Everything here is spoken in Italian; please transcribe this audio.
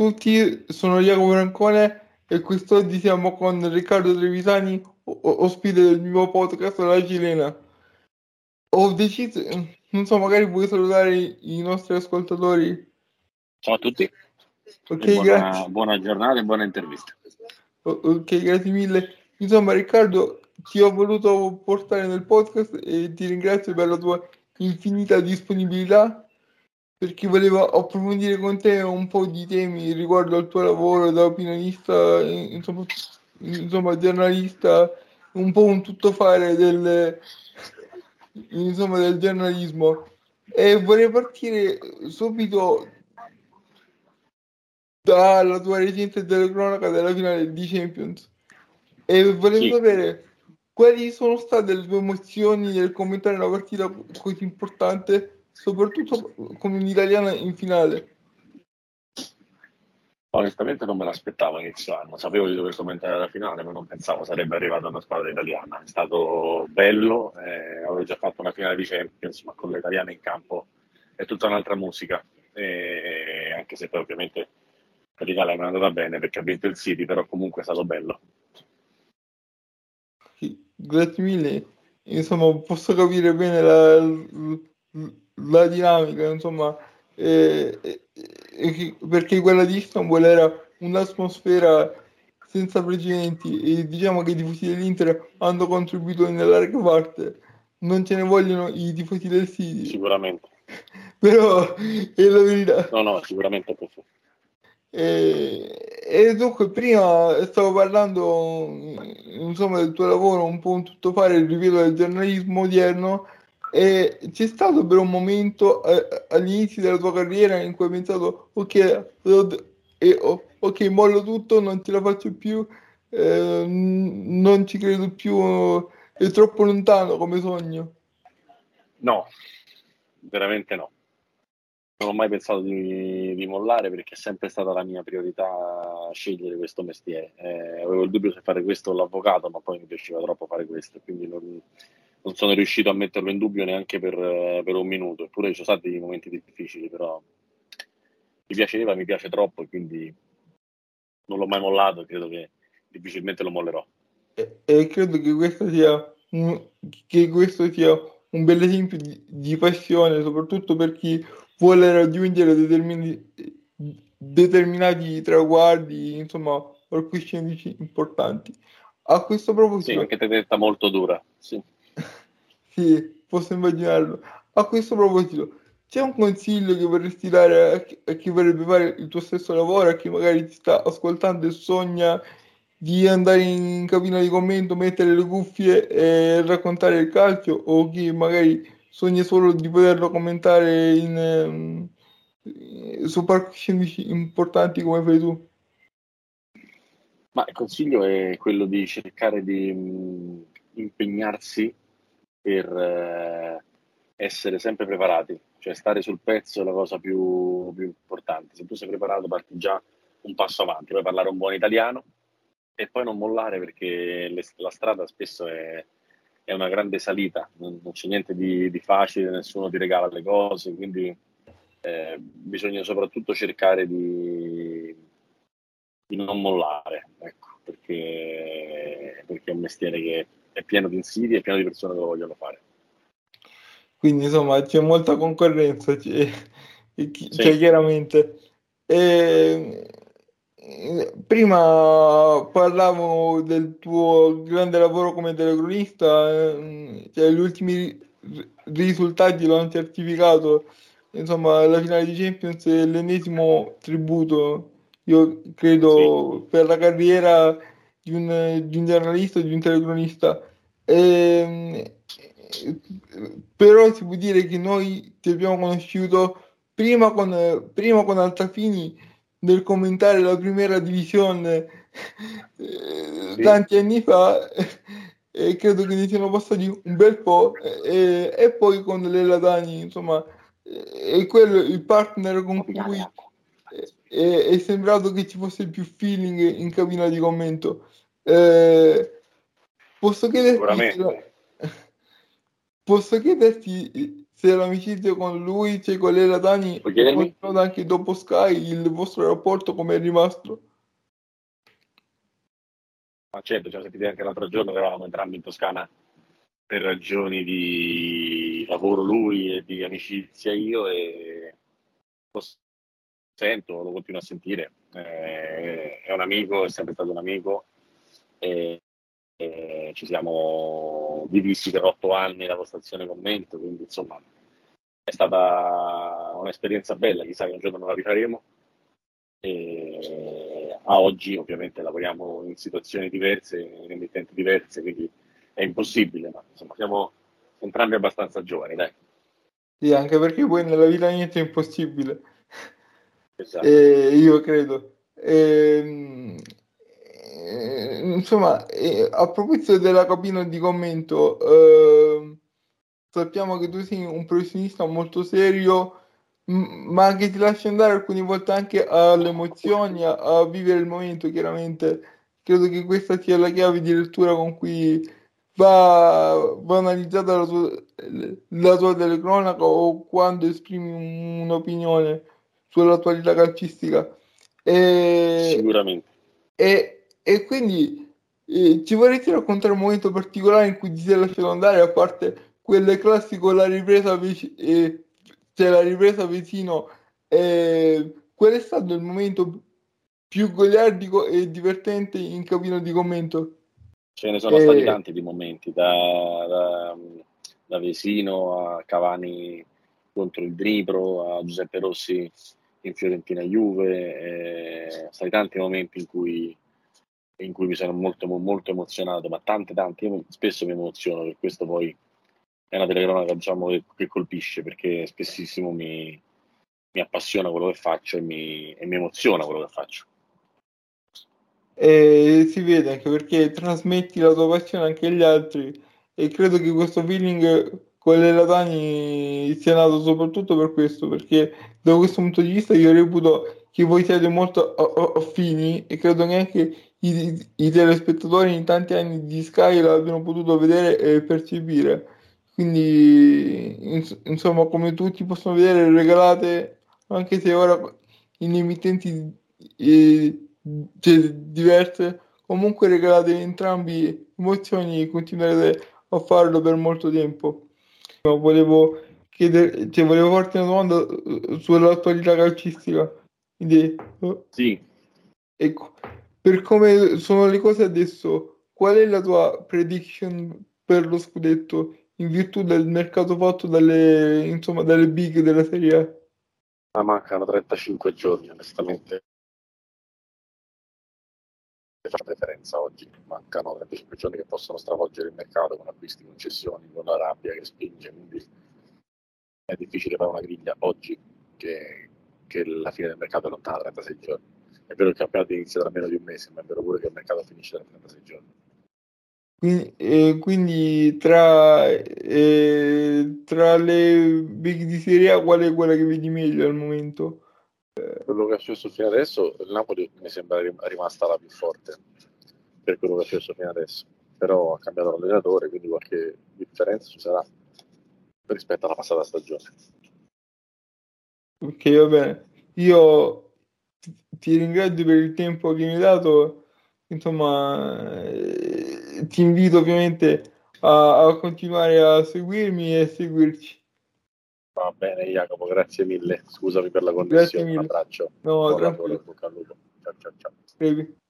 tutti, sono Jacopo Rancone e quest'oggi siamo con Riccardo Trevisani, ospite del mio podcast La Cilena. Ho deciso, non so, magari puoi salutare i nostri ascoltatori. Ciao a tutti Ok, e grazie. buona giornata e buona intervista. Ok, grazie mille. Insomma, Riccardo, ti ho voluto portare nel podcast e ti ringrazio per la tua infinita disponibilità, perché volevo approfondire con te un po' di temi riguardo al tuo lavoro da opinionista, insomma, giornalista, un po' un tuttofare del giornalismo. E vorrei partire subito dalla tua recente telecronaca della finale di Champions. E volevo Sì, sapere quali sono state le tue emozioni nel commentare una partita così importante, soprattutto come un'italiana in finale. onestamente non me l'aspettavo inizio anno, sapevo di dover commentare la finale, ma non pensavo sarebbe arrivata una squadra italiana. È stato bello, avevo già fatto una finale di Champions, ma con le italiane in campo è tutta un'altra musica. Anche se poi ovviamente per l'Italia non è andata bene perché ha vinto il City, però comunque è stato bello. Sì, grazie mille. Insomma, posso capire bene la dinamica, insomma, perché quella di Istanbul era un'atmosfera senza precedenti e diciamo che i tifosi dell'Inter hanno contribuito in larga parte. Non ce ne vogliono i tifosi del City, Sicuramente. però è la verità. No, no, sicuramente è così. E dunque, prima stavo parlando, insomma, del tuo lavoro, un po' un tuttofare, ripeto, del giornalismo odierno, e c'è stato per un momento all'inizio della tua carriera in cui hai pensato, ok, ok, mollo tutto, non ce la faccio più, non ci credo più, è troppo lontano come sogno. No, veramente no. Non ho mai pensato di mollare perché è sempre stata la mia priorità scegliere questo mestiere. Avevo il dubbio se fare questo o l'avvocato, ma poi mi piaceva troppo fare questo, quindi non sono riuscito a metterlo in dubbio neanche per un minuto. Eppure ci sono stati dei momenti difficili, però mi piaceva, mi piace troppo e quindi non l'ho mai mollato e credo che difficilmente lo mollerò. E credo che questo sia un bel esempio di passione, soprattutto per chi vuole raggiungere determinati traguardi, insomma, palcoscenici importanti. A questo Sì, proposito, anche te detta molto dura. Sì. sì, posso immaginarlo. A questo proposito, c'è un consiglio che vorresti dare a chi vorrebbe fare il tuo stesso lavoro, a chi magari ti sta ascoltando e sogna di andare in cabina di commento, mettere le cuffie e raccontare il calcio, o chi magari sogna solo di poterlo commentare su palcoscenici importanti come fai tu? Ma il consiglio è quello di cercare di impegnarsi per essere sempre preparati, cioè stare sul pezzo è la cosa più importante. Se tu sei preparato, parti già un passo avanti, puoi parlare un buon italiano e poi non mollare perché la strada spesso è una grande salita, non c'è niente di facile, nessuno ti regala le cose, quindi bisogna soprattutto cercare di non mollare, ecco, perché è un mestiere che è pieno di insidie e pieno di persone che lo vogliono fare. Quindi insomma c'è molta concorrenza, c'è Sì, chiaramente. E, prima parlavo del tuo grande lavoro come telecronista, cioè gli ultimi risultati lo hanno certificato, insomma la finale di Champions è l'ennesimo tributo, io sì, credo, per la carriera di un giornalista, di un telecronista. Ehm, Però si può dire che noi ti abbiamo conosciuto prima con Altafini nel commentare la Primera Divisione sì, tanti anni fa e credo che ne siano passati un bel po' e poi con Lella Dani, insomma, è quello il partner con cui è sembrato che ci fosse più feeling in cabina di commento. Posso chiederti sicuramente. posso chiederti se l'amicizia con lui, cioè con le Latani, Puoi è chiedermi? continuato anche dopo Sky, il vostro rapporto come è rimasto? Ma certo, ci siamo sentiti anche l'altro giorno, che eravamo entrambi in Toscana per ragioni di lavoro lui e di amicizia io, e lo sento, lo continuo a sentire. È un amico, è sempre stato un amico, e ci siamo divisi per 8 anni la postazione commento, quindi insomma è stata un'esperienza bella, chissà che un giorno non la rifaremo. E a oggi ovviamente lavoriamo in situazioni diverse, in emittenti diverse, quindi è impossibile, ma insomma siamo entrambi abbastanza giovani, dai. Sì, anche perché poi nella vita niente è impossibile. Esatto. Io credo. Insomma, a proposito della cabina di commento, sappiamo che tu sei un professionista molto serio, ma che ti lasci andare alcune volte anche alle emozioni, a vivere il momento, chiaramente. Credo che questa sia la chiave di lettura con cui va analizzata la tua telecronaca o quando esprimi un'opinione sull'attualità calcistica. E, Sicuramente. e quindi ci vorresti raccontare un momento particolare in cui ti sei lasciato andare, a parte quel classico c'è la ripresa vicino, qual è stato il momento più goliardico e divertente in cabina di commento? Ce ne sono stati Eh, tanti di momenti, da Vesino a Cavani contro il Dnipro, a Giuseppe Rossi in Fiorentina Juve, sono stati tanti momenti in cui mi sono molto, molto emozionato, ma tanti, io spesso mi emoziono, per questo poi è una telecronaca, diciamo, che colpisce, perché spessissimo mi appassiona quello che faccio e mi emoziona quello che faccio. Si vede anche perché trasmetti la tua passione anche agli altri e credo che questo feeling con le Latani sia nato soprattutto per questo, perché da questo punto di vista io reputo che voi siete molto affini e credo che anche i telespettatori in tanti anni di Sky l'abbiano potuto vedere e percepire. Quindi, insomma, come tutti possono vedere, regalate, anche se ora in emittenti cioè, diverse, comunque regalate entrambi emozioni e continuerete a farlo per molto tempo. Ma volevo farti una domanda sull'attualità calcistica. Quindi, Sì, ecco, per come sono le cose adesso, qual è la tua prediction per lo scudetto in virtù del mercato fatto insomma, dalle big della Serie A? ma mancano 35 giorni, onestamente. C'è preferenza oggi, mancano 35 giorni che possono stravolgere il mercato con acquisti, concessioni, con la rabbia che spinge, quindi è difficile fare una griglia oggi che la fine del mercato è lontana 36 giorni. È vero che il campionato inizia tra meno di un mese, ma è vero pure che il mercato finisce tra 36 giorni. Quindi tra le big di Serie A, qual è quella che vedi meglio al momento? Quello che è successo fino adesso, il Napoli mi sembra rimasta la più forte per quello che è successo fino adesso, però ha cambiato l'allenatore, quindi qualche differenza ci sarà rispetto alla passata stagione. Ok, va bene. Io ti ringrazio per il tempo che mi hai dato. Insomma, ti invito ovviamente a continuare a seguirmi e seguirci. Va bene, Jacopo, grazie mille. Scusami per la Grazie connessione, un mille. abbraccio, No, buon lavoro tranquillo. e bocca al lupo. Ciao ciao ciao. Prego.